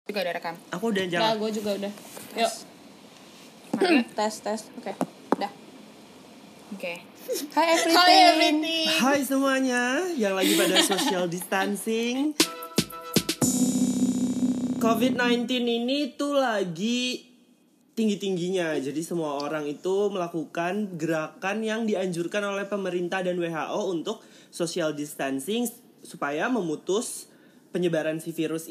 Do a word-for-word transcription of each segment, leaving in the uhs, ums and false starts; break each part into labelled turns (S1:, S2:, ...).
S1: Juga udah rekam.
S2: Aku udah jalan.
S3: Nah, gue juga udah. Yuk.
S1: Mari.
S3: tes tes. Oke. Udah.
S1: Oke.
S3: Hi everything.
S1: Hi everything.
S2: Hai semuanya yang lagi pada social distancing. covid sembilan belas ini tuh lagi tinggi-tingginya. Jadi semua orang itu melakukan gerakan yang dianjurkan oleh pemerintah dan W H O untuk social distancing supaya memutus penyebaran si virus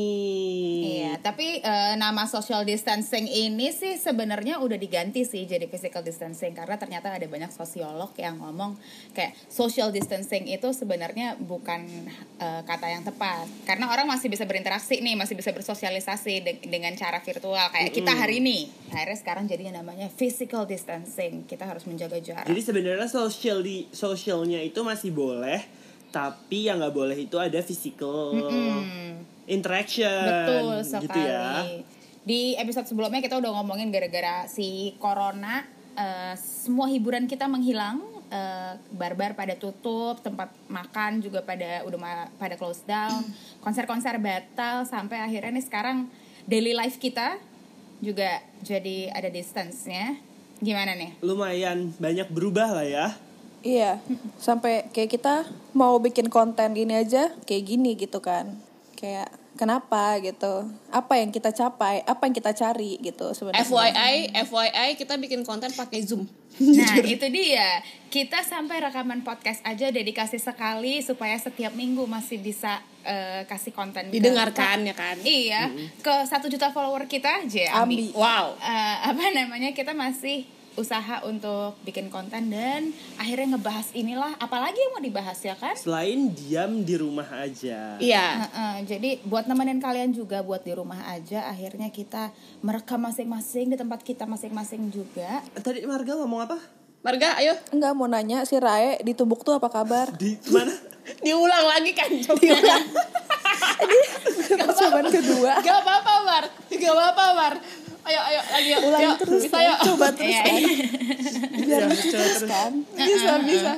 S2: ini.
S1: Iya, tapi uh, nama social distancing ini sih sebenarnya udah diganti sih jadi physical distancing karena ternyata ada banyak sosiolog yang ngomong kayak social distancing itu sebenarnya bukan uh, kata yang tepat karena orang masih bisa berinteraksi nih, masih bisa bersosialisasi de- dengan cara virtual kayak mm-hmm. kita hari ini. Akhirnya sekarang jadinya namanya physical distancing. Kita harus menjaga jarak.
S2: Jadi sebenarnya social di socialnya itu masih boleh. Tapi yang nggak boleh itu ada physical mm-hmm. interaction.
S1: Betul sekali.
S2: Gitu ya.
S1: Di episode sebelumnya kita udah ngomongin gara-gara si corona, uh, semua hiburan kita menghilang, uh, bar-bar pada tutup, tempat makan juga pada udah ma- pada close down, konser-konser batal sampai akhirnya nih sekarang daily life kita juga jadi ada distance-nya. Gimana nih?
S2: Lumayan banyak berubah lah ya.
S3: Iya, sampai kayak kita mau bikin konten ini aja kayak gini gitu kan. Kayak kenapa gitu. Apa yang kita capai, apa yang kita cari gitu sebenarnya.
S4: F Y I, F Y I kita bikin konten pakai Zoom.
S1: Nah, itu dia. Kita sampai rekaman podcast aja dedikasi sekali supaya setiap minggu masih bisa uh, kasih konten
S4: didengarkan ke, ya kan.
S1: Iya, mm-hmm. ke satu juta follower kita aja.
S3: Ambi.
S4: Wow.
S1: Uh, apa namanya? Kita masih usaha untuk bikin konten dan akhirnya ngebahas inilah, apalagi yang mau dibahas ya kan?
S2: Selain diam di rumah aja.
S4: Iya.
S1: Uh-uh, jadi buat nemenin kalian juga buat di rumah aja, akhirnya kita merekam masing-masing di tempat kita masing-masing juga.
S2: Tadi Marga ngomong apa?
S4: Marga, ayo.
S3: Enggak, mau nanya si Rae di Tumbuk tuh apa kabar?
S2: Di mana?
S4: Diulang lagi kan coba.
S3: Ini percobaan kedua.
S4: Gak apa-apa Mar, gak apa-apa Mar. Ayo, ayo, lagi yuk.
S3: Ulang
S4: yuk,
S3: terus
S4: bisa
S3: ya.
S4: yuk.
S3: Coba terus
S1: Iya,
S3: kan.
S1: iya.
S3: Biar lucu terus kan.
S4: Bisa, bisa.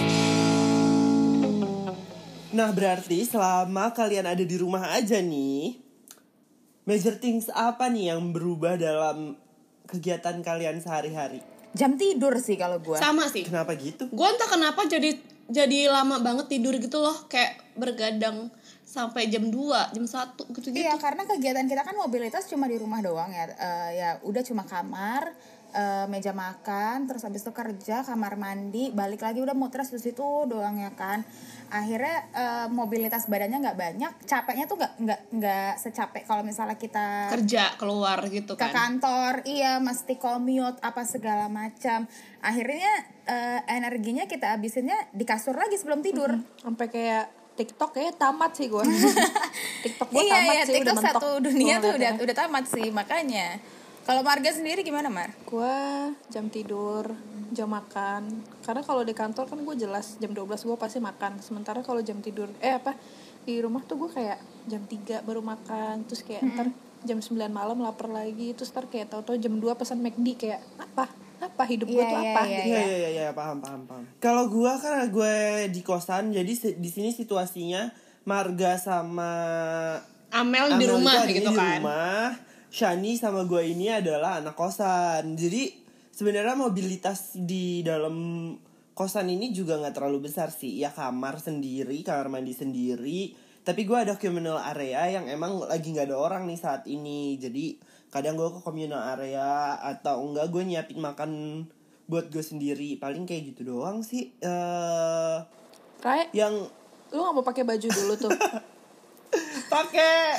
S2: Nah berarti selama kalian ada di rumah aja nih, major things apa nih yang berubah dalam kegiatan kalian sehari-hari?
S1: Jam tidur sih kalau gue.
S4: Sama sih.
S2: Kenapa gitu?
S4: Gue entah kenapa jadi jadi lama banget tidur gitu loh, kayak bergadang sampai jam dua, jam satu gitu-gitu.
S1: Iya, karena kegiatan kita kan mobilitas cuma di rumah doang ya. Uh, ya udah cuma kamar, uh, meja makan, terus habis itu kerja, kamar mandi, balik lagi udah muter di situ doang ya kan. Akhirnya uh, mobilitas badannya nggak banyak, capeknya tuh nggak nggak nggak secapek kalau misalnya kita
S4: kerja keluar gitu
S1: ke
S4: kan.
S1: kantor, iya mesti commute apa segala macam. Akhirnya uh, energinya kita habisinnya di kasur lagi sebelum tidur.
S3: Mm-hmm. Sampai kayak TikTok kayaknya tamat sih gue. TikTok gue
S1: iya,
S3: tamat
S1: iya,
S3: sih,
S1: TikTok
S3: udah mentok.
S1: satu dunia tuh udah
S3: ya.
S1: udah tamat sih, makanya. Kalau Marga sendiri gimana, Mar?
S3: Gue jam tidur, jam makan. Karena kalau di kantor kan gue jelas jam dua belas gue pasti makan. Sementara kalau jam tidur, eh apa, di rumah tuh gue kayak jam tiga baru makan. Terus kayak mm-hmm. ntar jam sembilan malam lapar lagi. Terus ntar kayak tau-tau jam dua pesan McD kayak apa? Apa hidup gue
S1: yeah,
S3: tuh
S1: yeah,
S3: apa?
S1: yeah,
S3: gitu.
S2: Iya iya iya paham paham paham. Kalau gue karena gue di kosan, jadi di sini situasinya Marga sama
S4: Amel,
S2: Amel
S4: di rumah
S2: itu
S4: gitu
S2: di
S4: kan.
S2: rumah. Shani sama gue ini adalah anak kosan. Jadi sebenarnya mobilitas di dalam kosan ini juga nggak terlalu besar sih. Ya kamar sendiri, kamar mandi sendiri. Tapi gue ada communal area yang emang lagi nggak ada orang nih saat ini. Jadi kadang gue ke communal area atau enggak gue nyiapin makan buat gue sendiri. Paling kayak gitu doang sih. Uh,
S3: Rai,
S2: yang
S3: lu nggak mau pakai baju dulu tuh?
S2: pakai.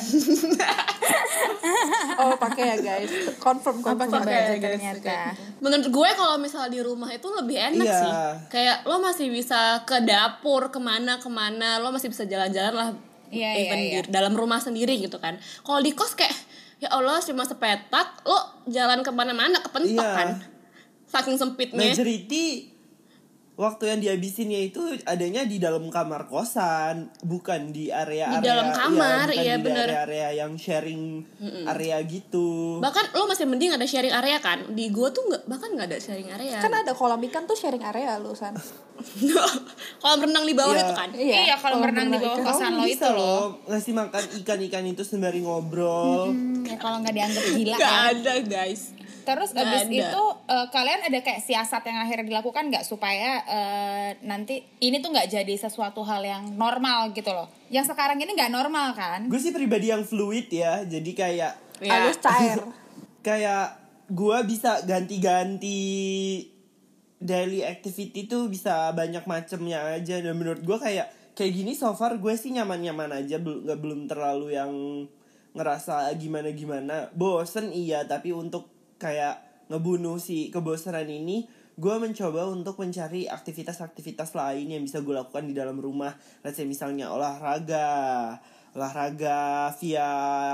S3: Oh pakai ya guys. Confirm
S1: Oh,
S3: confirm.
S1: pakai
S4: Pakai,
S1: baju
S4: guys,
S1: ternyata.
S4: Menurut gue kalau misalnya di rumah itu lebih enak
S2: Iya.
S4: sih. Kayak lo masih bisa ke dapur kemana kemana, lo masih bisa jalan-jalan lah.
S1: Iya,
S4: even
S1: iya, iya.
S4: di dalam rumah sendiri gitu kan. Kalau di kos kayak ya Allah cuma sepetak, lo jalan kemana-mana kepentok
S2: Iya.
S4: kan. Saking sempitnya.
S2: Majority waktu yang dihabisinnya itu adanya di dalam kamar kosan, bukan di area-area
S4: Di dalam kamar,
S2: ya, bukan
S4: iya,
S2: di
S4: bener.
S2: area-area yang sharing
S4: Mm-mm.
S2: area gitu.
S4: Bahkan lo masih mending ada sharing area kan. Di gua tuh nggak, bahkan nggak ada sharing area.
S3: Kan ada kolam ikan tuh sharing area lu San.
S4: Kolam renang di bawah
S2: Iya.
S4: itu kan.
S1: Iya, kalau berenang di bawah
S3: ikan.
S1: kosan lo
S2: bisa
S1: itu loh.
S2: ngasih makan ikan-ikan itu sembari ngobrol.
S1: Hmm, ya kalau nggak dianggap gila
S4: Nggak
S1: ya.
S4: ada guys.
S1: Terus
S4: Nggak
S1: abis
S4: ada.
S1: itu eh, kalian ada kayak siasat yang akhirnya dilakukan nggak supaya eh, nanti ini tuh nggak jadi sesuatu hal yang normal gitu loh. Yang sekarang ini nggak normal kan?
S2: Gue sih pribadi yang fluid ya, jadi kayak
S4: Ya.
S3: Halus cair.
S2: kayak gue bisa ganti-ganti daily activity tuh bisa banyak macemnya aja, dan menurut gue kayak kayak gini so far gue sih nyaman-nyaman aja, belum nggak belum terlalu yang ngerasa gimana-gimana. Bosen iya, tapi untuk kayak ngebunuh si kebosanan ini, gue mencoba untuk mencari aktivitas-aktivitas lain yang bisa gue lakukan di dalam rumah. Let's say misalnya olahraga, olahraga via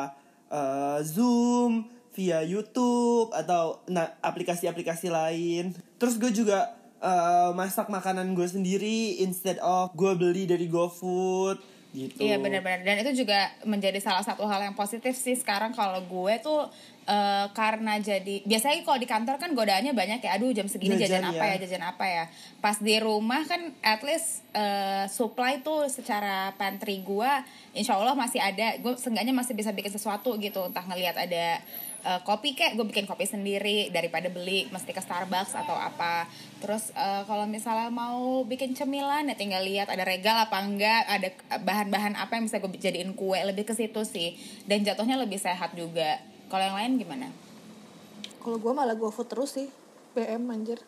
S2: uh, Zoom, via YouTube atau nah, aplikasi-aplikasi lain. Terus gue juga uh, masak makanan gue sendiri instead of gue beli dari GoFood gitu.
S1: Iya benar-benar, dan itu juga menjadi salah satu hal yang positif sih sekarang kalau gue tuh eh, karena jadi biasanya kalau di kantor kan godaannya banyak ya, aduh jam segini jajan,
S2: Jajan,
S1: apa
S2: ya.
S1: ya jajan apa ya. Pas di rumah kan at least eh, supply tuh secara pantry gue insya Allah masih ada, gue seenggaknya masih bisa bikin sesuatu gitu, entah ngelihat ada Uh, kopi kayak gue bikin kopi sendiri daripada beli mesti ke Starbucks atau apa. Terus uh, kalau misalnya mau bikin cemilan ya tinggal lihat ada regal apa enggak, ada bahan-bahan apa yang bisa gue jadiin kue, lebih ke situ sih. Dan jatuhnya lebih sehat juga. Kalau yang lain gimana?
S3: Kalau gue malah gue food terus sih, B M anjir.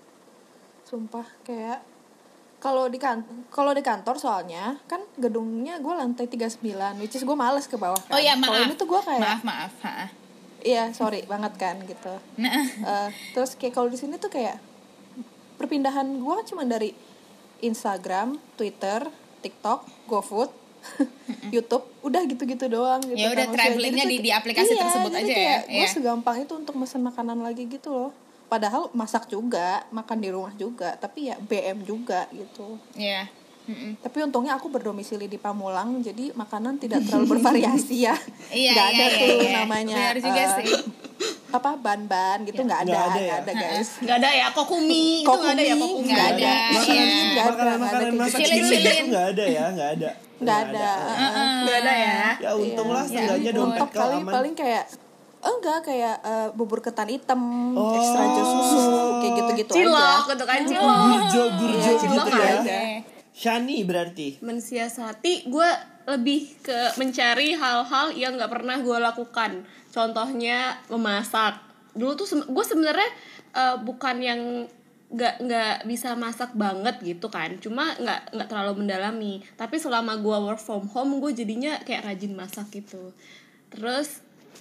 S3: Sumpah kayak kalau di kan kalau di kantor soalnya kan gedungnya gue lantai tiga puluh sembilan, which is gue males ke bawah kan.
S1: Oh iya
S3: Kalau
S1: maaf.
S3: ini tuh gue kayak
S1: maaf maaf. Ha.
S3: iya sorry banget kan gitu.
S1: Nah,
S3: Uh, terus kayak kalau di sini tuh kayak perpindahan gue kan cuma dari Instagram, Twitter, TikTok, GoFood, YouTube, udah gitu-gitu doang gitu.
S1: Ya udah,
S3: kan. Maksudnya,
S1: travelingnya
S3: jadi
S1: di-
S3: tuh-
S1: di aplikasi
S3: iya,
S1: tersebut
S3: jadi
S1: aja
S3: kayak
S1: ya,
S3: gue
S1: iya.
S3: segampang itu untuk mesen makanan lagi gitu loh. Padahal masak juga, makan di rumah juga, tapi ya B M juga gitu.
S1: ya. Mm-mm.
S3: Tapi untungnya aku berdomisili di Pamulang, jadi makanan tidak terlalu bervariasi ya.
S1: Iya,
S3: Nggak
S1: iya,
S3: ada
S1: iya,
S3: tuh
S1: iya.
S3: namanya.
S1: Benar juga
S3: eh,
S1: sih.
S3: Apa ban-ban gitu nggak ada,
S2: Nggak ada
S3: nggak
S2: ya?
S3: ada, guys.
S4: Nggak ada ya kokumi, itu nggak ada ya
S3: Kokumi,
S4: kokumi.
S1: nggak ada.
S2: Makanan,
S1: Iya.
S3: nggak ada, nggak ada
S2: makanan-makanan
S3: kayak
S2: masak
S3: gitu.
S2: sendiri
S1: Cilin-cilin.
S2: itu nggak ada ya, nggak ada.
S3: Nggak ada.
S4: Nggak ada ya.
S2: Ya untung lah,
S3: Iya.
S2: seenggaknya
S1: Ya,
S2: dompet
S3: Mentok
S2: kau
S3: paling
S2: aman.
S3: paling kayak enggak kayak eh, bubur ketan hitam,
S2: Oh.
S3: ekstra jus susu, kayak gitu-gitu
S4: Cilok
S3: aja.
S4: gitu kan, cilok.
S2: Burjo, burjo
S3: Iya,
S2: gitu
S4: cilok
S2: ya.
S4: aja.
S2: Shani berarti.
S4: Mensiasati, gue lebih ke mencari hal-hal yang nggak pernah gue lakukan. Contohnya memasak. Dulu tuh gue sebenarnya uh, bukan yang nggak nggak bisa masak banget gitu kan, cuma nggak nggak terlalu mendalami. Tapi selama gue work from home, gue jadinya kayak rajin masak gitu. Terus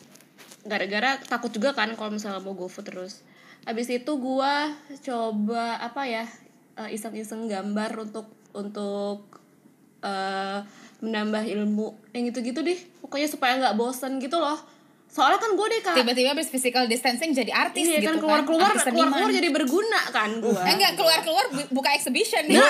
S4: gara-gara takut juga kan kalau misalnya mau GoFood terus. Habis itu gue coba apa ya, uh, iseng-iseng gambar untuk untuk uh, menambah ilmu yang gitu-gitu deh, pokoknya supaya nggak bosen gitu loh. Soalnya kan gue deh kak,
S1: Tiba-tiba habis physical distancing jadi artis
S4: iya
S1: gitu
S4: kan keluar-keluar
S1: kan. Artis
S4: keluar-keluar
S1: seniman.
S4: jadi berguna kan gue.
S1: Eh enggak, keluar-keluar bu- buka exhibition nih.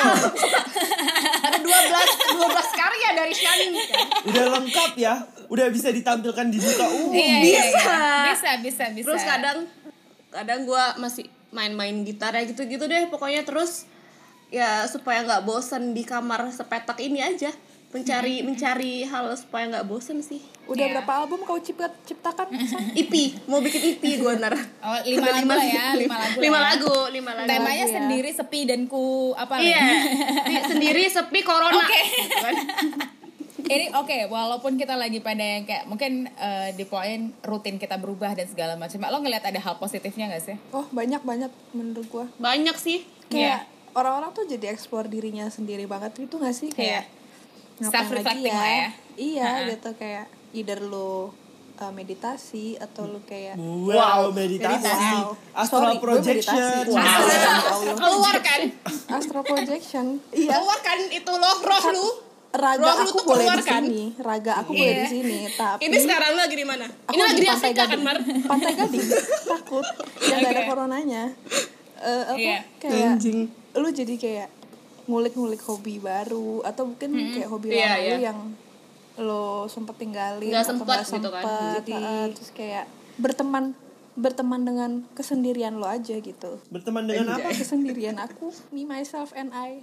S4: Ada dua belas dua belas karya dari Shani kan.
S2: Udah lengkap ya, udah bisa ditampilkan di muka umum.
S1: Iya, iya,
S4: Bisa.
S1: iya. Bisa, bisa, bisa.
S4: Terus kadang kadang gue masih main-main gitar ya gitu-gitu deh pokoknya. Terus ya supaya nggak bosen di kamar sepetak ini aja, mencari mencari hal supaya nggak bosen sih.
S3: Udah
S1: Iya.
S3: berapa album kau cipta, ciptakan? San?
S4: E P, mau bikin E P gue nar.
S1: Oh, lima lagu lah ya, lima lagu.
S4: lima
S1: lah ya.
S4: lagu, lima lagu.
S1: Temanya
S3: Iya.
S1: sendiri, sepi, dan ku apa
S4: Iya,
S1: lagi?
S4: Di- sendiri sepi corona.
S1: Oke.
S4: Gitu kan.
S1: Ini oke, walaupun kita lagi pada yang kayak mungkin eh, di poin rutin kita berubah dan segala macam. Lo ngeliat ada hal positifnya gak sih?
S3: Oh banyak banyak menurut gua.
S4: Banyak sih.
S3: Kayak orang-orang tuh jadi explore dirinya sendiri banget gitu nggak sih kayak ngapain
S1: Self-reflecting
S3: lagi ya?
S1: lah ya.
S3: Iya
S1: Ha-ha.
S3: gitu kayak either lu uh, meditasi atau lu kayak
S2: Wow, meditasi,
S3: Wow.
S2: astral
S3: Sorry, gue
S2: projection.
S3: meditasi.
S2: Wow.
S3: Ya Allah.
S4: Keluar kan,
S3: Astral projection. Iya.
S4: keluar kan itu loh roh lu.
S3: Raga
S4: Roh lu
S3: aku
S4: tuh
S3: boleh
S4: keluar
S3: di
S4: kan?
S3: sini, raga aku
S1: Iya.
S3: boleh di sini, tapi
S4: Ini sekarang lu lagi di mana?
S3: aku
S4: Ini lagi di
S3: Pantai
S4: Afrika kan,
S3: Gading.
S4: Mar?
S3: Pantai Gading. Takut yang nggak ada
S1: Oke.
S3: coronanya. Eh, apa
S1: Iya.
S3: kayak
S2: Anjing.
S3: lu jadi kayak ngulik-ngulik hobi baru atau mungkin
S1: Mm-mm.
S3: kayak hobi
S4: Iya,
S3: lama
S4: iya.
S3: lu yang lo sempet tinggalin
S4: Nggak
S3: atau
S4: sempet
S3: nggak
S4: gitu kan.
S3: sempet,
S4: Jadi-
S3: ah, terus kayak berteman berteman dengan kesendirian lo aja gitu.
S2: Berteman dengan apa?
S3: Kesendirian aku, me myself and I.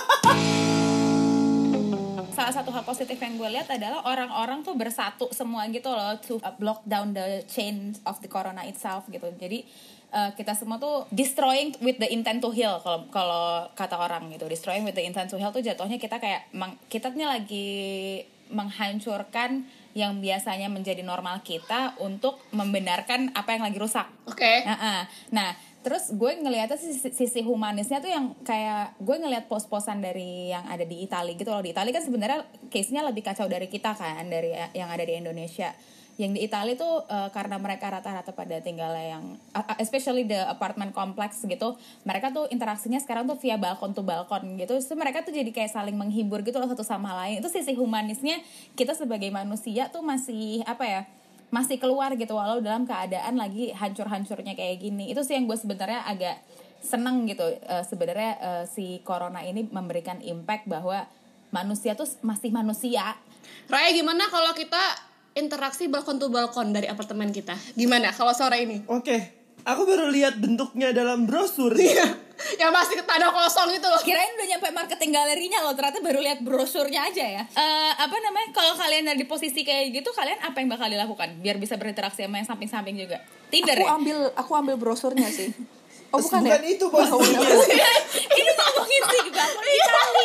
S1: Salah satu hal positif yang gue lihat adalah orang-orang tuh bersatu semua gitu loh to uh, block down the chain of the corona itself gitu. Jadi uh, kita semua tuh destroying with the intent to heal kalau kalau kata orang gitu. Destroying with the intent to heal tuh jatuhnya kita kayak mang, kita nih lagi menghancurkan yang biasanya menjadi normal kita untuk membenarkan apa yang lagi rusak.
S4: Oke.
S1: Nah, nah, terus gue ngeliatnya sisi, sisi humanisnya tuh yang kayak gue ngeliat pos-posan dari yang ada di Italia gitu loh. Di Italia kan sebenarnya case-nya lebih kacau dari kita kan, dari yang ada di Indonesia. Yang di Italia tuh uh, karena mereka rata-rata pada tinggalnya yang uh, especially the apartment complex gitu, mereka tuh interaksinya sekarang tuh via balkon to balkon gitu. So mereka tuh jadi kayak saling menghibur gitu loh satu sama lain. Itu sisi humanisnya kita sebagai manusia tuh masih apa ya? Masih keluar gitu walau dalam keadaan lagi hancur-hancurnya kayak gini. Itu sih yang gue sebenarnya agak seneng gitu. Uh, sebenarnya uh, si corona ini memberikan impact bahwa manusia tuh masih manusia.
S4: Raya, gimana kalau kita interaksi balkon to balkon dari apartemen kita? Gimana kalau sore ini?
S2: Oke, aku baru lihat bentuknya dalam brosur.
S4: Yang masih tanah kosong itu loh.
S1: Kirain udah nyampe marketing galerinya loh, ternyata baru lihat brosurnya aja ya. Eh apa namanya? Kalau kalian ada di posisi kayak gitu, kalian apa yang bakal dilakukan biar bisa berinteraksi sama yang samping-samping juga? Tinder
S3: Aku
S1: ya?
S3: ambil aku ambil brosurnya sih. Oh bukan,
S2: Bukan
S3: ya?
S2: itu posisinya.
S1: Ini ngomongin sih juga aku dicari.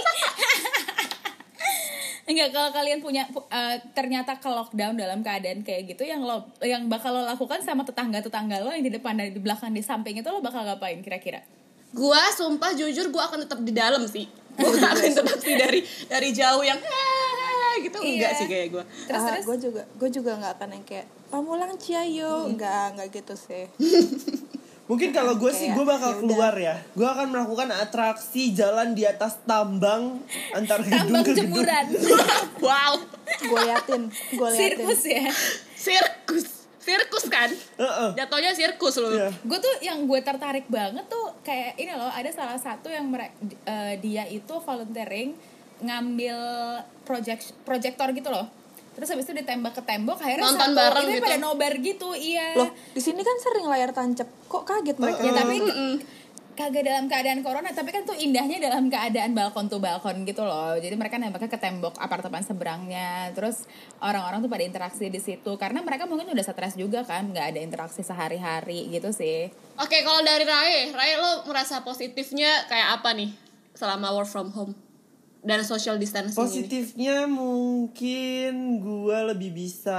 S1: Enggak, kalau kalian punya uh, ternyata ke lockdown dalam keadaan kayak gitu, yang lo yang bakal lo lakukan sama tetangga-tetangga lo yang di depan dan di belakang di samping itu, lo bakal ngapain kira-kira?
S4: Gua sumpah jujur gua akan tetap di dalam sih. Gua gak akan tetap sih dari dari jauh yang gitu. Enggak
S1: Iya.
S4: sih kayak gua.
S1: Terus
S3: Ah,
S1: terus
S3: gue juga gue juga nggak akan yang kayak pamulang ciayo, enggak enggak gitu sih.
S2: Mungkin kalau gue sih gue bakal
S3: Kayak,
S2: keluar ya. Gue akan melakukan atraksi jalan di atas tambang antar gedung
S1: tambang
S2: ke gedung.
S1: jemuran.
S4: Wow.
S3: Gue liatin, gue liatin.
S1: Sirkus ya.
S4: Sirkus. Sirkus kan?
S2: Heeh.
S4: Jatuhnya sirkus loh.
S2: Iya.
S1: Gue tuh yang gue tertarik banget tuh kayak ini loh, ada salah satu yang mere- eh, dia itu volunteering ngambil project proyektor gitu loh. Terus habis itu ditembak ke tembok, akhirnya
S4: Nonton
S1: satu
S4: bareng
S1: itu
S4: gitu.
S1: pada nobar gitu, iya.
S3: Loh, di sini kan sering layar tancap. Kok kaget mereka?
S1: Ya tapi kagak dalam keadaan corona, tapi kan tuh indahnya dalam keadaan balkon to balkon gitu loh. Jadi mereka nembaknya ke tembok apartemen seberangnya. Terus orang-orang tuh pada interaksi di situ karena mereka mungkin udah stres juga kan, nggak ada interaksi sehari-hari gitu sih.
S4: Oke, kalau dari Rai, Rai lo merasa positifnya kayak apa nih selama work from home dan social distancing ini?
S2: Positifnya mungkin gue lebih bisa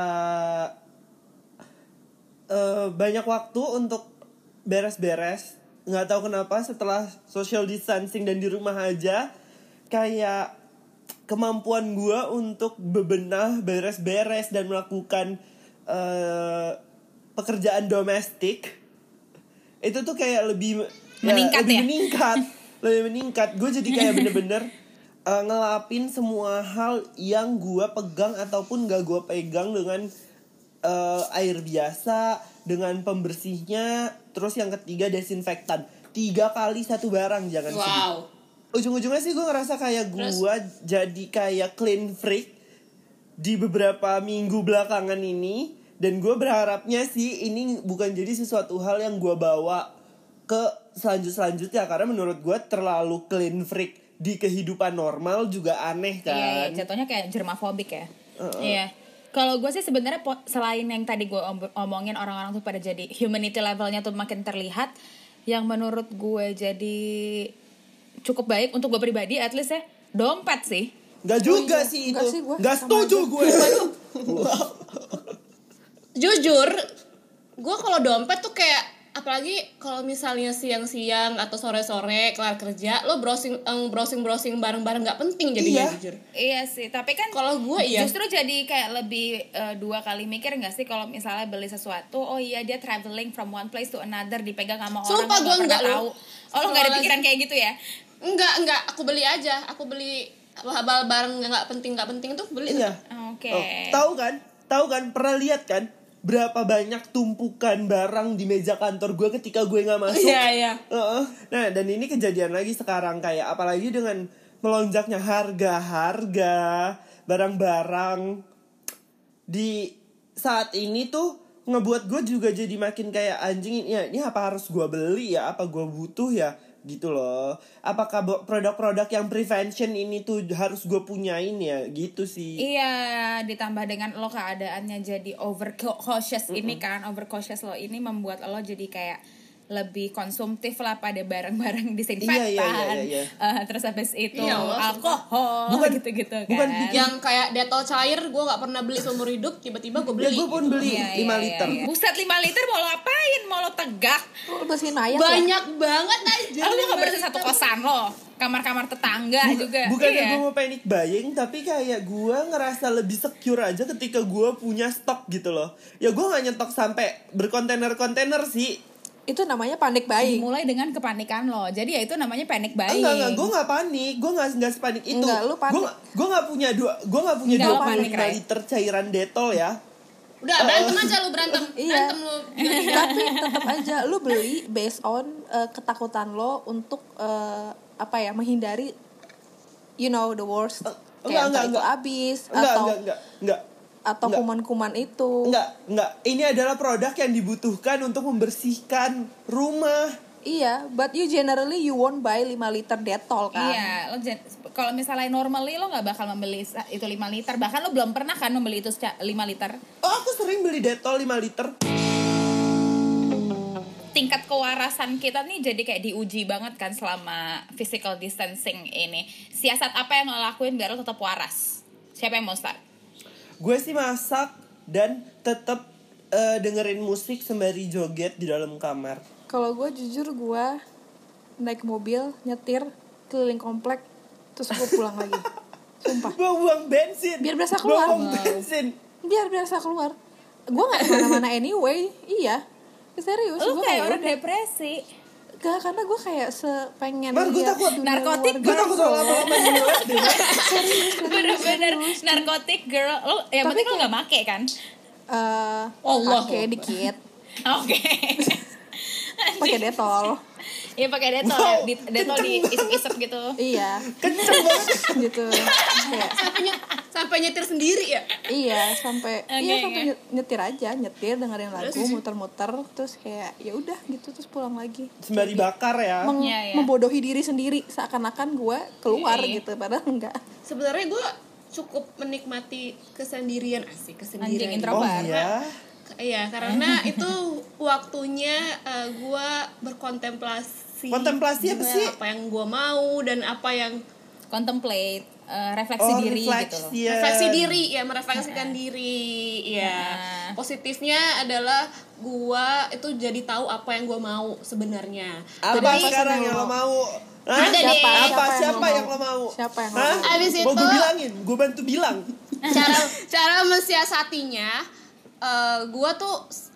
S2: uh, banyak waktu untuk beres-beres. Nggak tahu kenapa setelah social distancing dan di rumah aja, kayak kemampuan gue untuk bebenah, beres-beres dan melakukan uh, pekerjaan domestik itu tuh kayak lebih
S1: Meningkat
S2: lebih
S1: ya?
S2: meningkat, lebih meningkat. Gue jadi kayak bener-bener uh, ngelapin semua hal yang gue pegang ataupun gak gue pegang dengan uh, air biasa, dengan pembersihnya. Terus yang ketiga desinfektan. Tiga kali satu barang, jangan sedih.
S4: Wow.
S2: Ujung-ujungnya sih gue ngerasa kayak gue jadi kayak clean freak di beberapa minggu belakangan ini. Dan gue berharapnya sih ini bukan jadi sesuatu hal yang gue bawa ke selanjut-selanjutnya. Karena menurut gue terlalu clean freak di kehidupan normal juga aneh kan.
S1: Iya, iya, jatuhnya kayak germafobik ya.
S2: Uh-uh.
S1: Iya. Kalau gue sih sebenarnya po- selain yang tadi gue om- omongin orang-orang tuh pada jadi humanity levelnya tuh makin terlihat, yang menurut gue jadi cukup baik untuk gue pribadi, at least ya, dompet sih.
S2: Gak juga
S3: iya.
S2: sih
S3: Nggak
S2: itu.
S3: sih gue,
S2: Gak
S3: sama
S2: setuju
S3: aja.
S2: gue.
S4: Jujur, gue kalau dompet tuh kayak, apalagi kalau misalnya siang-siang atau sore-sore kelar kerja, lo browsing um, browsing browsing barang-barang nggak penting jadinya.
S2: Iya.
S4: Jujur.
S1: Iya sih, tapi kan
S4: Kalau gue iya.
S1: justru jadi kayak lebih eh, dua kali mikir nggak sih kalau misalnya beli sesuatu, oh iya dia traveling from one place to another, dipegang sama orang
S4: Sumpah,
S1: lo
S4: gue
S1: nggak
S4: nggak
S1: pernah
S4: lo.
S1: tahu. Oh lo nggak ada pikiran kayak gitu ya?
S4: Enggak, enggak, aku beli aja. Aku beli hal barang yang nggak penting nggak penting tuh beli.
S2: Iya.
S1: Oke.
S2: Oh, tahu kan? Tahu kan? Pernah lihat kan? Berapa banyak tumpukan barang di meja kantor gue ketika gue nggak masuk?
S4: Iya, iya.
S2: Heeh. Nah, dan ini kejadian lagi sekarang kayak apalagi dengan melonjaknya harga-harga barang-barang di saat ini tuh ngebuat gue juga jadi makin kayak anjing, ya ini apa harus gue beli ya, apa gue butuh ya gitu loh. Apakah produk-produk yang prevention ini tuh harus gue punyain ya gitu sih.
S1: Iya, ditambah dengan lo keadaannya jadi over cautious mm-hmm. ini kan, over cautious lo ini membuat lo jadi kayak lebih konsumtif lah pada barang-barang disinfektan,
S2: iya, iya, iya, iya.
S1: Uh, terus habis itu
S4: iya,
S1: alkohol, bukan gitu-gitu kan.
S2: Bukan
S4: yang kayak Dettol cair gue nggak pernah beli seumur hidup, tiba-tiba gue beli.
S2: Ya, gue pun beli
S1: iya,
S2: lima
S1: iya,
S2: liter.
S1: Iya, iya. Buset lima liter mau lo apain? Mau lo tegak?
S3: Lo bersihin ayam
S4: banyak
S3: ya?
S4: banget aja.
S1: Oh, lo gak bersihin satu kosan lo? Kamar-kamar tetangga
S2: Buka,
S1: juga.
S2: Bukannya
S1: iya.
S2: gue mau panic buying, tapi kayak gue ngerasa lebih secure aja ketika gue punya stok gitu loh. Ya gue gak nyetok sampai berkontainer-kontainer sih.
S3: Itu namanya panic buying.
S1: Dimulai dengan kepanikan lo. Jadi ya itu namanya panic buying.
S2: Enggak, enggak, gue gak panik. Gue gak, gak sepanik itu.
S3: Enggak, lu panik.
S2: Gue gue gak punya dua, gue gak punya
S1: Enggak,
S2: dua puluh
S1: panik,
S2: lima
S1: Ray.
S2: liter cairan Dettol ya.
S4: Udah berantem aja lu berantem.
S3: Iya.
S4: Berantem lu.
S3: Tapi tetap aja lu beli based on uh, ketakutan lo untuk uh, apa ya, menghindari you know the worst.
S2: Uh,
S3: Kayak
S2: enggak,
S3: entah
S2: enggak,
S3: itu
S2: enggak.
S3: habis
S2: Enggak,
S3: atau
S2: enggak, enggak, enggak.
S3: atau
S2: Enggak.
S3: kuman-kuman itu.
S2: Enggak, enggak. Ini adalah produk yang dibutuhkan untuk membersihkan rumah.
S3: Iya, but you generally you won't buy lima liter Dettol kan.
S1: Iya, lo jen- kalau misalnya normally lo nggak bakal membeli sa- itu lima liter. Bahkan lo belum pernah kan membeli itu seca- lima liter.
S2: Oh, aku sering beli Dettol lima liter.
S1: Tingkat kewarasan kita nih jadi kayak diuji banget kan selama physical distancing ini. Siasat apa yang lo lakuin biar lo tetap waras? Siapa yang mau start?
S2: Gue sih masak dan tetap uh, dengerin musik sembari joget di dalam kamar.
S3: Kalau gue jujur gue naik mobil nyetir keliling komplek terus gue pulang lagi. Sumpah.
S2: Buang-buang bensin.
S3: Biar berasa keluar.
S2: Buang-buang bensin.
S3: Biar berasa keluar. Gue nggak kemana-mana anyway. Iya. Serius.
S1: Lo
S3: Gue
S1: kayak orang
S3: udah-
S1: depresi.
S3: Gak, karena gue kayak sepengen
S2: Mar, gue
S3: lihat
S2: takut.
S3: dunia
S1: Narkotik,
S3: luar
S2: Gue
S3: gitu.
S2: takut soal lama-lama jelek deh.
S3: Serius, serius,
S1: Bener-bener
S3: serius.
S1: narkotik girl. Lo yang
S3: Tapi
S1: penting lo
S3: kayak-
S1: nggak make kan?
S3: Eh,
S4: Allah.
S3: pakai dikit,
S1: Oke.
S3: pakai Dettol.
S1: Iya pakai Dettol,
S2: Wow,
S1: di, Dettol di isep-isep gitu.
S3: Iya,
S2: Kenceng banget.
S3: gitu. Kayak
S4: Sampai nyet, sampai nyetir sendiri ya.
S3: iya sampai
S1: Oke,
S3: iya
S1: oke.
S3: sampai nyet- nyetir aja, nyetir dengerin lagu, muter-muter, terus kayak ya udah gitu terus pulang lagi.
S2: Sembari bakar ya.
S3: Meng-
S1: Iya, iya.
S3: Membodohi diri sendiri seakan-akan gue keluar
S1: Iya.
S3: gitu, padahal enggak.
S4: Sebenarnya gue cukup menikmati kesendirian, asik kesendirian.
S1: Anjing
S2: Oh
S1: introvert.
S2: iya.
S4: Iya, karena itu waktunya uh, gue berkontemplasi.
S2: Kontemplasi apa
S4: dengan
S2: sih?
S4: Apa yang gue mau dan apa yang
S1: Contemplate, eh, refleksi
S2: Oh,
S1: diri gitu loh.
S2: refleksi.
S4: refleksi diri ya, merefleksikan diri. Ya.
S1: Nah.
S4: Positifnya adalah gue itu jadi tahu apa yang gue mau sebenarnya.
S2: Apa
S3: Jadi,
S2: sekarang
S3: apa
S2: yang
S3: yang
S2: lo
S3: lo-
S2: mau? Hah?
S4: Ada deh.
S2: Apa?
S3: Siapa yang
S2: Siapa
S3: lo
S2: yang
S3: mau?
S2: lo mau?
S3: Siapa yang lo
S2: Hah?
S3: mau?
S4: Abis
S2: Mau
S4: itu-
S2: gue bilangin, gue bantu bilang.
S4: cara cara mensiasatinya uh, gue tuh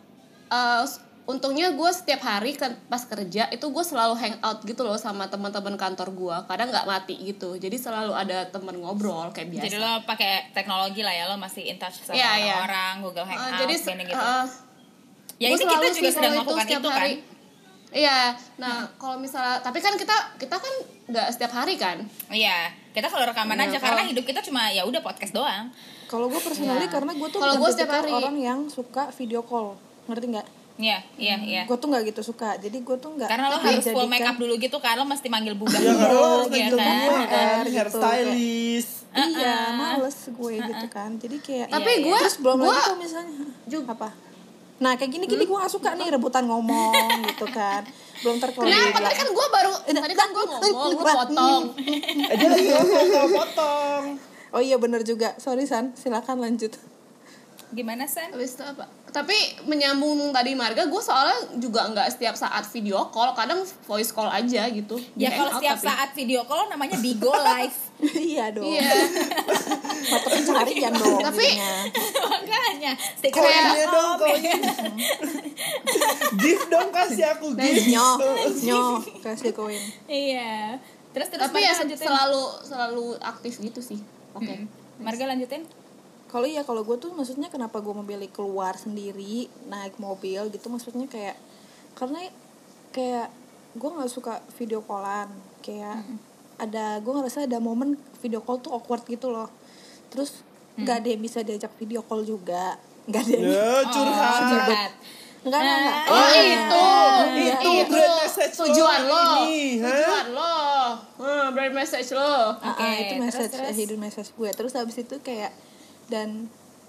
S4: uh, untungnya gue setiap hari kan pas kerja itu gue selalu hangout gitu loh sama teman-teman kantor gue, kadang nggak mati gitu, jadi selalu ada teman ngobrol kayak biasa.
S1: Jadi lo pakai teknologi lah ya, lo masih in touch sama
S4: Iya, iya.
S1: orang, Google
S4: Uh,
S1: Hangout,
S4: jadi
S1: gini gitu.
S4: uh,
S1: Ya
S4: gua
S1: ini
S4: selalu
S1: kita
S4: sih
S1: juga sedang
S4: selalu
S1: melakukan
S4: setiap
S1: itu kan.
S4: hari. Iya, nah kalau misalnya, tapi kan kita kita kan nggak setiap hari kan.
S1: Iya, kita kalau rekaman
S4: Iya,
S1: aja
S4: kalau-
S1: karena hidup kita cuma ya udah podcast doang.
S3: Kalau gue personally
S4: Iya.
S3: karena gue tuh
S4: Kalau
S3: bukan
S4: gua setiap
S3: tipikal
S4: hari.
S3: orang yang suka video call, ngerti nggak?
S1: Iya, iya, iya.
S3: Gue tuh nggak gitu suka, jadi gue tuh nggak.
S1: Karena lo harus full
S3: menjadikan-
S1: make up dulu gitu kan, lo mesti manggil budak
S2: Ya
S1: dulu,
S2: kan lo harus
S1: ya
S2: manggil
S1: kan.
S2: gue kan,
S3: Gitu,
S2: hairstylist.
S3: Iya, males gue gitu kan. Jadi kayak
S4: Tapi
S3: iya,
S4: gua-
S3: terus belum
S4: gua-
S3: lagi kalau misalnya
S4: Ju-
S3: apa? Nah, kayak gini-gini gue gak suka nih rebutan ngomong gitu kan. Belum terkelola.
S4: Kenapa? Tadi kan gue baru, tadi kan gue ngomong, gue potong.
S2: Eh, dia lagi ngomong, gak potong.
S3: Oh iya bener juga. Sorry San, silakan lanjut.
S1: Gimana San?
S4: Habis itu apa? Tapi menyambung tadi Marga, gue soalnya juga nggak setiap saat video call, kadang voice call aja gitu. Di
S1: Ya kalau
S4: hangout
S1: setiap
S4: tapi.
S1: saat video call namanya Bigo Live.
S3: Iya dong.
S4: Iya.
S3: Mata pencarian dong.
S4: Tapi-
S3: jadinya.
S1: Makanya stiker
S2: Koinnya dong, koin. Gift dong, kasih aku gift.
S3: Nyoh, nyoh, kasih koin.
S1: Iya. Terus terus
S4: Tapi ya
S1: Marga lanjutin.
S4: selalu selalu aktif gitu sih. Oke.
S1: Hmm. Marga lanjutin.
S3: Kalau iya kalau gue tuh maksudnya kenapa gue memilih keluar sendiri naik mobil gitu, maksudnya kayak karena kayak gue nggak suka video callan kayak ada gue ngerasa ada momen video call tuh awkward gitu loh. Terus nggak hmm. ada yang bisa diajak video call juga, nggak ada yang
S2: ya, curhat.
S1: Oh, curhat.
S3: Enggak, enggak, enggak.
S4: Oh,
S3: Oh,
S4: itu.
S2: Itu
S4: Itu
S2: brand message
S4: tujuan lo.
S2: ini,
S4: Tujuan lo. Hmm, brand message lo.
S3: Ah,
S1: Oke,
S3: ah, itu
S1: terus,
S3: message
S1: terus?
S3: hidden message gue. Terus habis itu kayak dan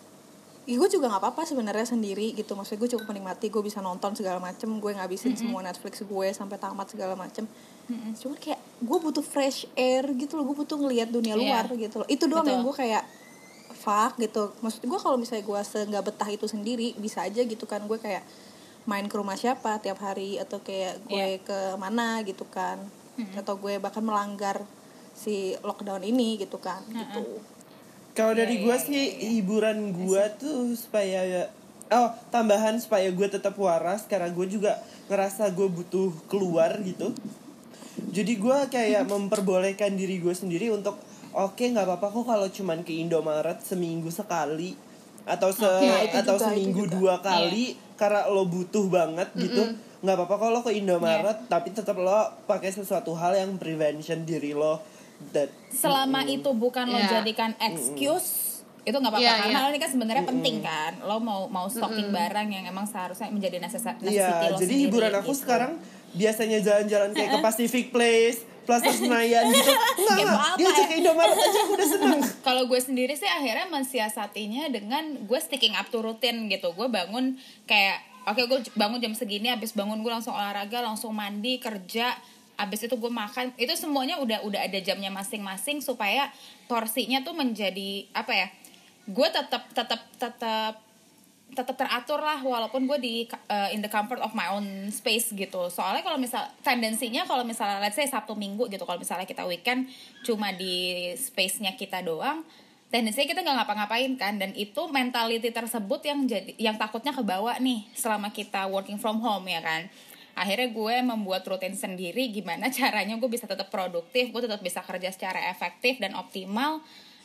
S3: ya gue juga nggak apa-apa sebenarnya sendiri gitu. Maksudnya gue cukup menikmati, gue bisa nonton segala macem, gue ngabisin mm-hmm. semua Netflix gue sampai tamat segala macem. Mm-hmm. Cuman kayak gue butuh fresh air gitu loh, gue butuh ngelihat dunia luar yeah. gitu loh. Itu doang Betul. yang gue kayak fuck gitu. Maksud gue kalau misalnya gue nggak betah itu sendiri bisa aja gitu kan, gue kayak main ke rumah siapa tiap hari atau kayak gue yeah. ke mana gitu kan, mm-hmm. atau gue bahkan melanggar si lockdown ini gitu kan, mm-hmm. gitu.
S2: Kalau dari
S1: yeah,
S2: gue
S1: yeah,
S2: sih
S1: yeah, yeah.
S2: hiburan gue tuh supaya oh tambahan supaya gue tetap waras karena gue juga ngerasa gue butuh keluar gitu. Jadi gue kayak memperbolehkan diri gue sendiri untuk oke okay, nggak apa-apa kok kalau cuman ke Indomaret seminggu sekali atau se
S3: okay,
S2: atau
S3: juga,
S2: seminggu dua kali yeah. karena lo butuh banget gitu. Mm-mm. Nggak apa-apa kalau ke Indomaret yeah. tapi tetap lo pakai sesuatu hal yang prevention diri lo. That,
S1: selama mm-mm. itu bukan yeah. lo jadikan excuse mm-mm. itu nggak apa-apa yeah, karena yeah. ini kan sebenarnya mm-mm. penting kan, lo mau mau stocking mm-mm. barang yang emang seharusnya menjadi necessity
S2: yeah,
S1: lo
S2: jadi
S1: sendiri,
S2: hiburan aku
S1: gitu.
S2: sekarang biasanya jalan-jalan kayak ke Pacific Place, Plaza Senayan gitu. Enggak, enggak. Dia aja ke Indomaret aja aku udah seneng.
S1: Kalau gue sendiri sih akhirnya mensiasatinya dengan gue sticking up to routine gitu. Gue bangun kayak oke okay, gue bangun jam segini, habis bangun gue langsung olahraga, langsung mandi, kerja, habis itu gue makan. Itu semuanya udah udah ada jamnya masing-masing supaya porsinya tuh menjadi apa ya? Gue tetap tetap tetap tetap teratur lah walaupun gue di uh, in the comfort of my own space gitu. Soalnya kalau misal tendensinya kalau misalnya let's say Sabtu Minggu gitu, kalau misalnya kita weekend cuma di space-nya kita doang, tendensinya kita nggak ngapa-ngapain kan, dan itu mentality tersebut yang jadi yang takutnya kebawa nih selama kita working from home ya kan. Akhirnya gue membuat rutin sendiri gimana caranya gue bisa tetap produktif, gue tetap bisa kerja secara efektif dan optimal.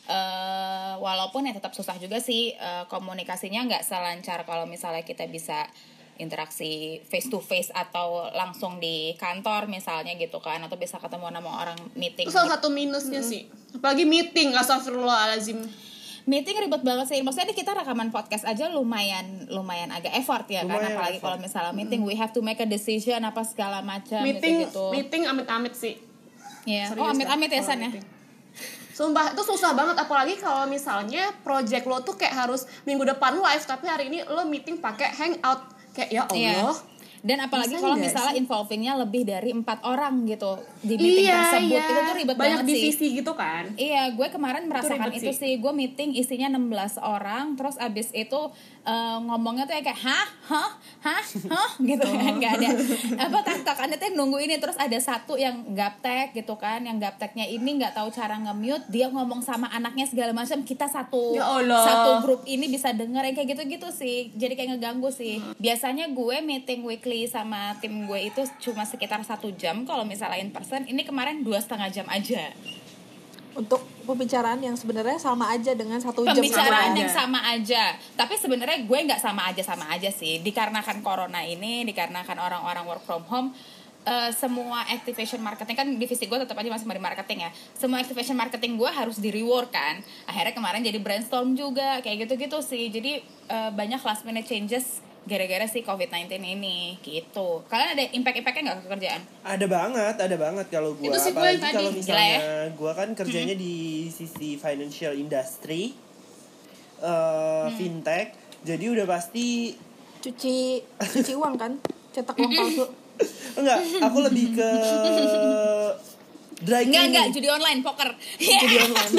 S1: Uh, walaupun ya tetap susah juga sih, uh, komunikasinya nggak selancar kalau misalnya kita bisa interaksi face to face atau langsung di kantor misalnya gitu kan, atau bisa ketemu sama orang meeting.
S4: Itu salah satu minusnya hmm. sih, apalagi meeting, astagfirullahaladzim.
S1: Meeting ribet banget sih, maksudnya kita rekaman podcast aja lumayan lumayan agak effort ya lumayan kan, apalagi kalau misalnya meeting we have to make a decision apa segala macam
S4: meeting
S1: gitu.
S4: Meeting amit-amit sih.
S1: Iya. Yeah. Oh amit-amit ya San ya.
S4: Sumpah itu susah banget, apalagi kalau misalnya project lo tuh kayak harus minggu depan live tapi hari ini lo meeting pakai hangout, kayak ya Allah. Yeah.
S1: Dan apalagi kalau misalnya involvingnya lebih dari empat orang gitu di meeting
S4: iya,
S1: tersebut,
S4: iya.
S1: itu tuh ribet
S4: banyak
S1: banget sih.
S4: Banyak divisi gitu kan.
S1: Iya, gue kemarin merasakan itu, itu
S4: sih.
S1: sih. Gue meeting isinya enam belas orang, terus abis itu uh, ngomongnya tuh kayak hah, hah, hah, hah gitu kan, nggak ada apa taktakannya tuh nunggu ini, terus ada satu yang gaptek gitu kan, yang gapteknya ini nggak tahu cara nge-mute, dia ngomong sama anaknya segala macam, kita satu
S4: ya Allah.
S1: satu grup ini bisa denger yang kayak gitu-gitu sih, jadi kayak ngeganggu sih. Biasanya gue meeting weekly sama tim gue itu cuma sekitar satu jam kalau misalnya in person. Ini kemarin dua setengah jam aja
S3: untuk pembicaraan yang sebenarnya sama aja dengan satu jam
S1: pembicaraan yang sama aja, tapi sebenarnya gue nggak sama aja sama aja sih, dikarenakan corona ini, dikarenakan orang-orang work from home. Uh, semua activation marketing kan divisi gue tetap aja masih di marketing ya, semua activation marketing gue harus di reward kan, akhirnya kemarin jadi brainstorm juga kayak gitu-gitu sih. Jadi uh, banyak last minute changes gara-gara si covid sembilan belas ini gitu. Kalian ada impact-impactnya nggak ke kerjaan?
S2: Ada banget, ada banget kalau gue.
S1: Itu sih gue
S2: apalagi
S1: tadi.
S2: Kalau misalnya
S1: ya?
S2: gue kan kerjanya hmm. di sisi financial industry, uh, hmm. fintech, jadi udah pasti
S3: cuci cuci uang kan, cetak uang palsu.
S2: Enggak, aku lebih ke dry cleaning.
S1: Enggak, enggak, judi online, poker.
S2: Judi online.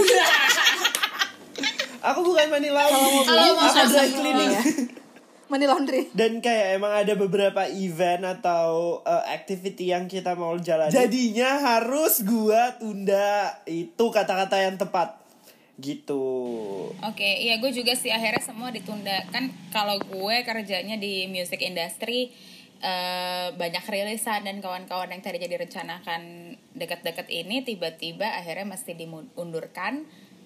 S2: Aku bukan money laundry, aku dry cleaning.
S3: Money laundry.
S2: Dan kayak emang ada beberapa event atau uh, activity yang kita mau jalan, jadinya harus gua tunda. Itu kata-kata yang tepat gitu.
S1: Oke, okay, iya gue juga sih akhirnya semua ditunda. Kan kalau gue kerjanya di music industry, uh, banyak rilisan dan kawan-kawan yang tadinya direncanakan dekat-dekat ini tiba-tiba akhirnya mesti diundurkan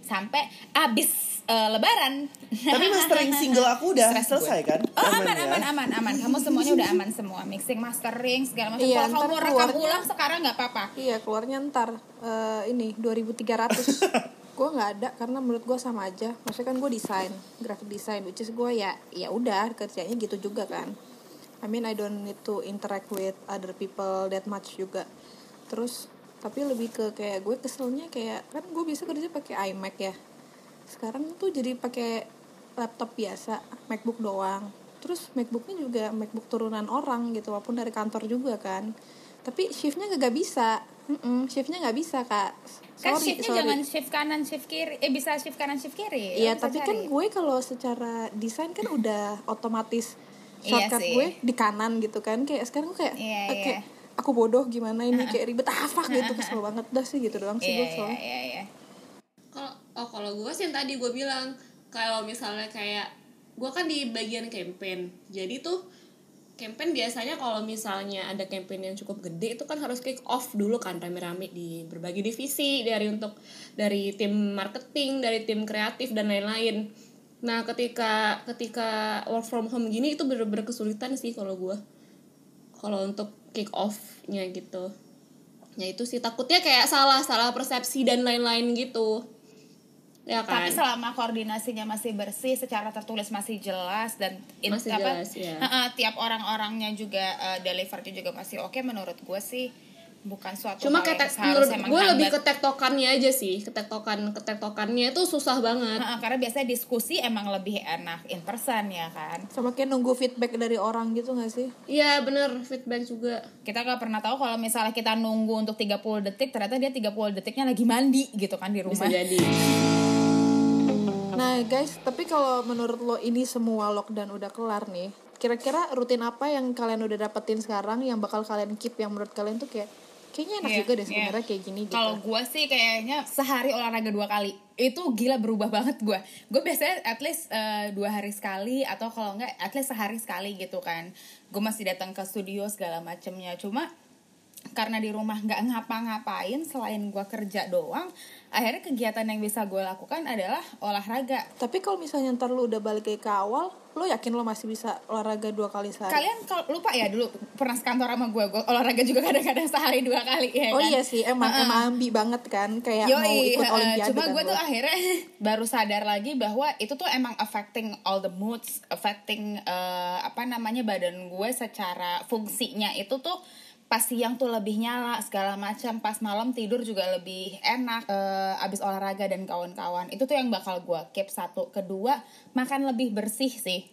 S1: sampai abis uh, lebaran.
S2: Tapi mastering single aku udah
S1: Stress
S2: selesai
S1: gue.
S2: kan?
S1: Oh aman
S2: ya?
S1: aman aman aman. Kamu semuanya udah aman semua. Mixing, mastering segala macam.
S3: Iya,
S1: Kalau kamu
S3: ntar
S1: rekam
S3: keluarnya-
S1: ulang sekarang nggak apa-apa.
S3: Iya, keluarnya ntar eh, ini dua ribu tiga ratus. Gue nggak ada karena menurut gue sama aja. Maksudnya kan gue desain, graphic design, which is gue ya ya udah kerjanya gitu juga kan. I mean I don't need to interact with other people that much juga. Terus tapi lebih ke kayak gue keselnya kayak kan gue bisa kerja pakai iMac ya. Sekarang tuh jadi pakai laptop biasa, MacBook doang. Terus MacBooknya juga MacBook turunan orang gitu, walaupun dari kantor juga kan. Tapi shiftnya gak bisa, Mm-mm, shiftnya nggak bisa kak.
S1: Kan
S3: Sorry,
S1: shiftnya
S3: sorry.
S1: jangan shift kanan shift kiri. Eh bisa shift kanan shift kiri.
S3: Iya,
S1: Lo bisa
S3: tapi kan
S1: cari.
S3: gue kalau secara desain kan udah otomatis
S1: Iya
S3: shortcut
S1: sih.
S3: gue di kanan gitu kan. Kayak sekarang gue kayak
S1: Iya,
S3: eh,
S1: iya.
S3: kayak aku bodoh gimana ini kayak ribet apa gitu, kesel banget dah sih gitu doang sih
S1: Iya
S3: gue
S1: iya
S3: soalnya.
S1: iya iya.
S4: Kalau oh kalau gue sih yang tadi gue bilang kalau misalnya kayak gue kan di bagian campaign, jadi tuh campaign biasanya kalau misalnya ada campaign yang cukup gede itu kan harus kick off dulu kan rame-rame di berbagai divisi dari untuk dari tim marketing, dari tim kreatif dan lain-lain. Nah ketika ketika work from home gini itu bener-bener kesulitan sih kalau gue kalau untuk kick off-nya gitu. Ya itu sih takutnya kayak salah salah persepsi dan lain-lain gitu. Ya kan?
S1: Tapi selama koordinasinya masih bersih, secara tertulis masih jelas dan in,
S4: Masih
S1: apa,
S4: jelas, ya.
S1: uh-uh, tiap orang-orangnya juga uh, delivernya juga masih oke, menurut gue sih bukan suatu
S4: Cuma
S1: hal yang
S4: ketek,
S1: seharusnya
S4: menurut gue lebih
S1: menghambat.
S4: ke tektokannya aja sih, ketektokan ketektokannya itu susah banget.
S1: Uh-uh, karena biasanya diskusi emang lebih enak in person ya kan.
S3: Sama kayak nunggu feedback dari orang gitu gak sih?
S4: Iya bener, feedback juga.
S1: Kita gak pernah tahu kalau misalnya kita nunggu untuk tiga puluh detik, ternyata dia tiga puluh detiknya lagi mandi gitu kan di rumah.
S4: Bisa jadi.
S3: Nah guys, tapi kalau menurut lo ini semua lockdown udah kelar nih, kira-kira rutin apa yang kalian udah dapetin sekarang yang bakal kalian keep, yang menurut kalian tuh kayak kayaknya enak
S1: Iya,
S3: juga deh
S1: iya.
S3: sebenarnya kayak gini gitu.
S1: Kalau gue sih kayaknya sehari olahraga dua kali. Itu gila berubah banget gue. Gue biasanya at least uh, dua hari sekali, atau kalau enggak at least sehari sekali gitu kan. Gue masih datang ke studio segala macemnya. Cuma karena di rumah nggak ngapa-ngapain selain gue kerja doang, akhirnya kegiatan yang bisa gue lakukan adalah olahraga.
S3: Tapi kalau misalnya ntar lu udah balik ke awal, lo yakin lo masih bisa olahraga dua kali sehari?
S1: Kalian kalau lupa ya dulu pernah sekantor sama gue, gue olahraga juga kadang-kadang sehari dua kali ya
S3: Oh
S1: kan?
S3: iya sih, emang
S1: Uh-uh.
S3: emang ambi banget kan, kayak
S1: Yoi,
S3: mau ikut
S1: uh,
S3: olimpiade
S1: cuma
S3: kan
S1: gue
S3: lo.
S1: tuh akhirnya baru sadar lagi bahwa itu tuh emang affecting all the moods, affecting uh, apa namanya badan gue secara fungsinya itu tuh pas siang tuh lebih nyala segala macam, pas malam tidur juga lebih enak, uh, abis olahraga dan kawan-kawan. Itu tuh yang bakal gue keep. Satu, kedua makan lebih bersih sih.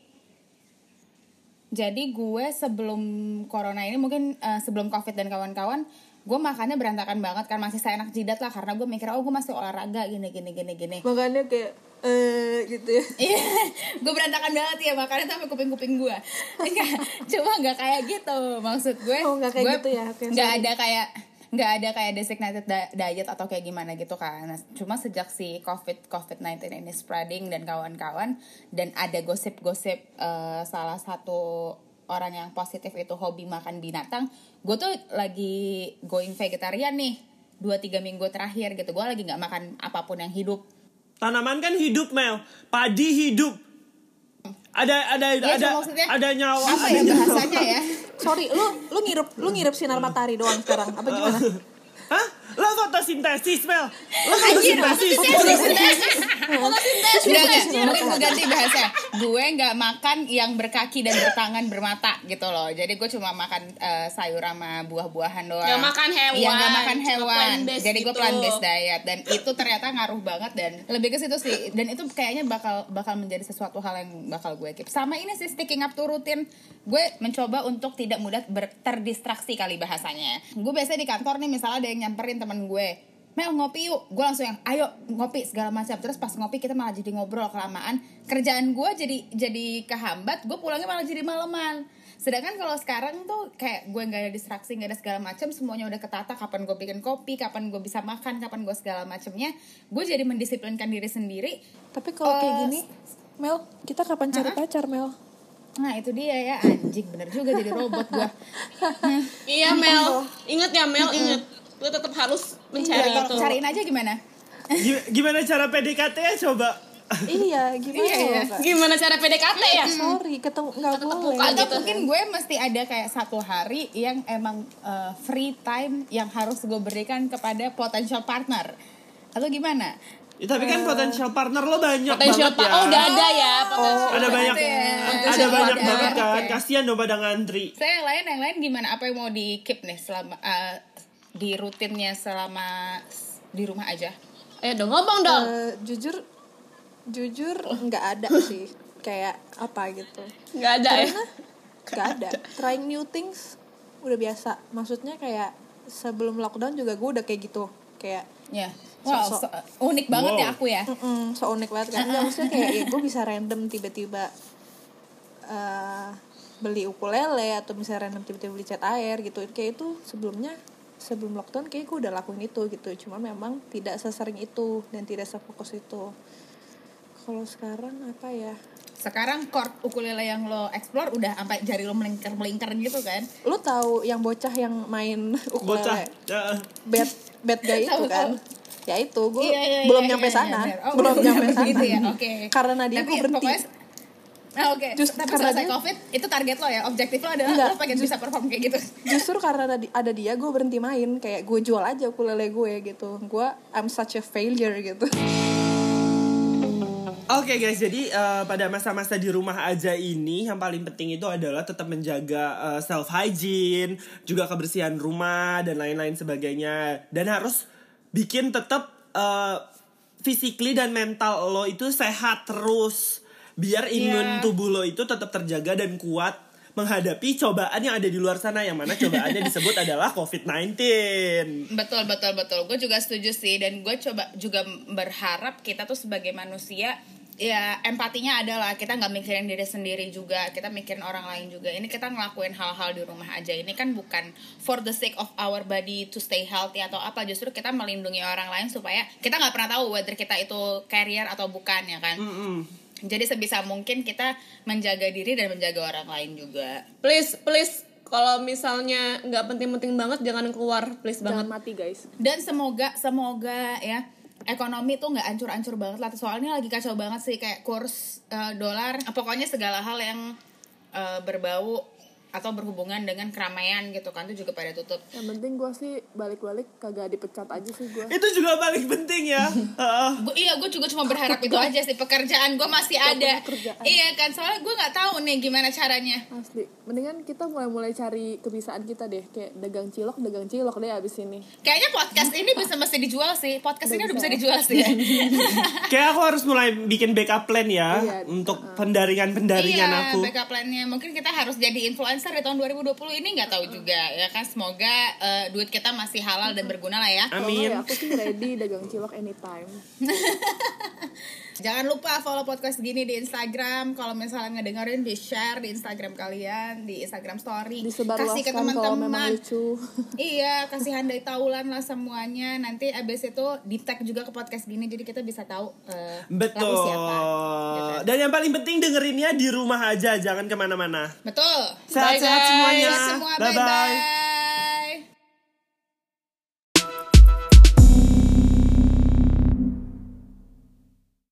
S1: Jadi gue sebelum corona ini mungkin uh, sebelum covid dan kawan-kawan, gue makannya berantakan banget kan, masih seenak jidat lah karena gue mikir oh gue masih olahraga gini gini gini gini.
S3: Makanya kayak eh gitu ya.
S1: Iya, gue berantakan banget ya makannya sampai kuping-kuping gue. Enggak, cuma nggak kayak gitu maksud gue.
S3: Oh, nggak kayak
S1: gue
S3: gitu ya, oke,
S1: nggak
S3: sorry.
S1: ada kayak nggak ada kayak designated da- diet atau kayak gimana gitu kan. Nah, cuma sejak si covid covid sembilan belas ini spreading dan kawan-kawan, dan ada gosip-gosip uh, salah satu orang yang positif itu hobi makan binatang, gue tuh lagi going vegetarian nih dua tiga minggu terakhir gitu. Gue lagi nggak makan apapun yang hidup.
S2: Tanaman kan hidup, Mel. Padi hidup. Ada ada
S1: Ya,
S2: ada
S1: cuma maksudnya
S2: ada nyawa.
S1: apa
S2: ada
S1: ya
S2: nyawa.
S1: bahasanya ya?
S3: Sorry, lu lu ngirup lu ngirup sinar matahari doang sekarang. Apa gimana?
S2: Hah? Lo fotosintesis, Mel. Lo
S1: Anjir,
S2: fotosintesis.
S1: Enggak, enggak, mungkin gue ganti bahasa. Gue nggak makan yang berkaki dan bertangan bermata gitu loh. Jadi gue cuma makan uh, sayur sama buah-buahan doang.
S4: Nggak makan hewan,
S1: Iya, nggak makan
S4: cuma
S1: hewan.
S4: plant-based
S1: Jadi gue
S4: gitu.
S1: plant-based diet, dan itu ternyata ngaruh banget dan lebih ke situ sih. Dan itu kayaknya bakal bakal menjadi sesuatu hal yang bakal gue keep. Sama ini sih sticking up to routine. Gue mencoba untuk tidak mudah ber- terdistraksi kali bahasanya. Gue biasanya di kantor nih misalnya ada yang nyamperin teman gue, Mel ngopi yuk, gue langsung yang ayo ngopi segala macam. Terus pas ngopi kita malah jadi ngobrol kelamaan, kerjaan gue jadi jadi kehambat, gue pulangnya malah jadi maleman. Sedangkan kalau sekarang tuh kayak gue nggak ada distraksi, nggak ada segala macam, semuanya udah ketata, kapan gue bikin kopi, kapan gue bisa makan, kapan gue segala macamnya, gue jadi mendisiplinkan diri sendiri.
S3: Tapi kalau kayak
S1: Eh,
S3: gini, Mel, kita kapan cari pacar, Mel?
S1: Nah itu dia ya, anjing bener juga jadi robot gue.
S4: Iya Mel, inget ya Mel, inget. Lo tetap harus mencari
S1: Cari
S4: itu.
S1: cariin aja gimana?
S2: Gim- Gimana cara P D K T ya coba?
S3: Iya, gimana
S1: Iya, iya.
S3: Kak?
S4: Gimana cara P D K T ya?
S3: Sorry, ketemu nggak
S4: Tetep
S3: boleh.
S4: muka
S1: Atau
S4: gitu.
S1: mungkin gue mesti ada kayak satu hari yang emang uh, free time yang harus gue berikan kepada potential partner. Atau gimana?
S2: Ya, tapi kan potensial partner lo banyak
S4: Potensial
S2: banget
S4: pa-
S2: ya.
S4: Oh, udah ada ya potensial.
S2: Ada banyak,
S1: Gitu ya.
S2: ada
S1: Potential
S2: banyak
S1: partner.
S2: banget kan.
S1: Oke.
S2: Kasihan dong pada ngantri.
S1: Saya yang lain yang lain gimana? Apa yang mau di keep nih selama uh, di rutinnya selama s- di rumah aja?
S4: Ayo dong ngomong dong.
S3: Eh, jujur jujur nggak ada sih kayak apa gitu.
S4: Nggak ada ya.
S3: Karena nggak ada. Trying new things udah biasa. Maksudnya kayak sebelum lockdown juga gue udah kayak gitu. Kayak
S1: Ya. Wow,
S3: So-so.
S1: so- unik banget
S2: Wow.
S1: ya aku ya.
S3: mm so unik banget kan. Nggak, maksudnya kayak ya gue bisa random tiba-tiba eh, beli ukulele atau misalnya random tiba-tiba beli cat air gitu. Kayak itu sebelumnya sebelum lockdown kayak gue udah lakuin itu gitu. Cuma memang tidak sesering itu dan tidak sefokus itu. Kalau sekarang apa ya?
S1: Sekarang chord ukulele yang lo explore udah sampai jari lo melingkar-melingkar gitu kan?
S3: Lu tahu yang bocah yang main
S2: Bocah.
S3: ukulele?
S2: Ya.
S3: Bad bad guy itu
S1: Tahu,
S3: kan?
S1: tahu.
S3: Ya itu gue
S1: Iya, iya,
S3: belum
S1: iya,
S3: nyampe
S1: iya,
S3: sana.
S1: iya, oh,
S3: belum
S1: belum
S3: nyampe
S1: nyampe
S3: sana.
S1: gitu ya, oke.
S3: Karena dia
S1: Tapi
S3: gue berhenti.
S1: pokoknya ah, oke.
S3: Just
S1: Tapi
S3: karena
S1: selesai
S3: dia-
S1: covid itu target lo ya, objektif lo adalah
S3: Enggak,
S1: lo pengen bisa perform kayak gitu.
S3: Justru karena ada, di- ada dia gue berhenti main. Kayak gue jual aja ukulele gue gitu. Gue I'm such a failure gitu.
S2: Oke guys, jadi uh, pada masa-masa di rumah aja ini yang paling penting itu adalah tetap menjaga uh, self hygiene, juga kebersihan rumah dan lain-lain sebagainya. Dan harus bikin tetap uh, physically dan mental lo itu sehat terus, biar imun
S1: Yeah.
S2: tubuh lo itu tetap terjaga dan kuat menghadapi cobaan yang ada di luar sana, yang mana cobaannya disebut adalah covid sembilan belas.
S1: Betul, betul, betul. Gue juga setuju sih. Dan gue coba juga berharap kita tuh sebagai manusia, ya empatinya adalah kita nggak mikirin diri sendiri juga, kita mikirin orang lain juga. Ini kita ngelakuin hal-hal di rumah aja. Ini kan bukan for the sake of our body to stay healthy atau apa. Justru kita melindungi orang lain supaya kita nggak pernah tahu whether kita itu carrier atau bukan, ya kan.
S2: Mm-mm.
S1: Jadi sebisa mungkin kita menjaga diri dan menjaga orang lain juga.
S4: Please, please kalau misalnya nggak penting-penting banget jangan keluar, please banget.
S3: Jangan mati guys.
S1: Dan semoga semoga ya ekonomi tuh nggak ancur-ancur banget lah. Soalnya lagi kacau banget sih kayak kurs uh, dolar. Pokoknya segala hal yang uh, berbau atau berhubungan dengan keramaian gitu kan tuh juga pada tutup.
S3: Yang penting gue sih balik-balik kagak dipecat aja sih gue.
S2: Itu juga paling penting ya. Heeh.
S1: Gua, iya gue juga cuma berharap itu aja sih, pekerjaan gue masih ada.
S3: pekerjaan.
S1: Iya kan, soalnya gue nggak tahu nih gimana caranya.
S3: Asli, mendingan kita mulai-mulai cari kebiasaan kita deh. Kayak dagang cilok, dagang cilok deh abis ini.
S1: Kayaknya podcast ini bisa mesti dijual sih. Podcast ini udah bisa dijual sih. Ya.
S2: Kayak aku harus mulai bikin backup plan ya
S3: Iya,
S2: untuk pendaringan-pendaringan
S1: Iya,
S2: aku.
S1: backup plan-nya. Mungkin kita harus jadi influencer di tahun dua ribu dua puluh ini, nggak tahu juga ya kan. Semoga uh, duit kita masih halal dan berguna lah ya.
S2: Amin.
S3: Kalau ya, aku sih ready dagang cilok anytime.
S1: Jangan lupa follow podcast gini di Instagram. Kalau misalnya ngedengerin, di share di Instagram kalian, di Instagram story. Kasih ke
S3: Disebarluaskan kalau memang
S1: teman-teman.
S3: lucu.
S1: Iya, kasih handai taulan lah semuanya. Nanti abis itu di tag juga ke podcast gini, jadi kita bisa tahu uh,
S2: Betul.
S1: lagu siapa. Gitu.
S2: Dan yang paling penting dengerinnya di rumah aja, jangan kemana-mana.
S1: Betul.
S2: Sehat-sehat
S4: guys.
S2: semuanya.
S1: Semua
S2: Bye-bye.
S1: bye-bye.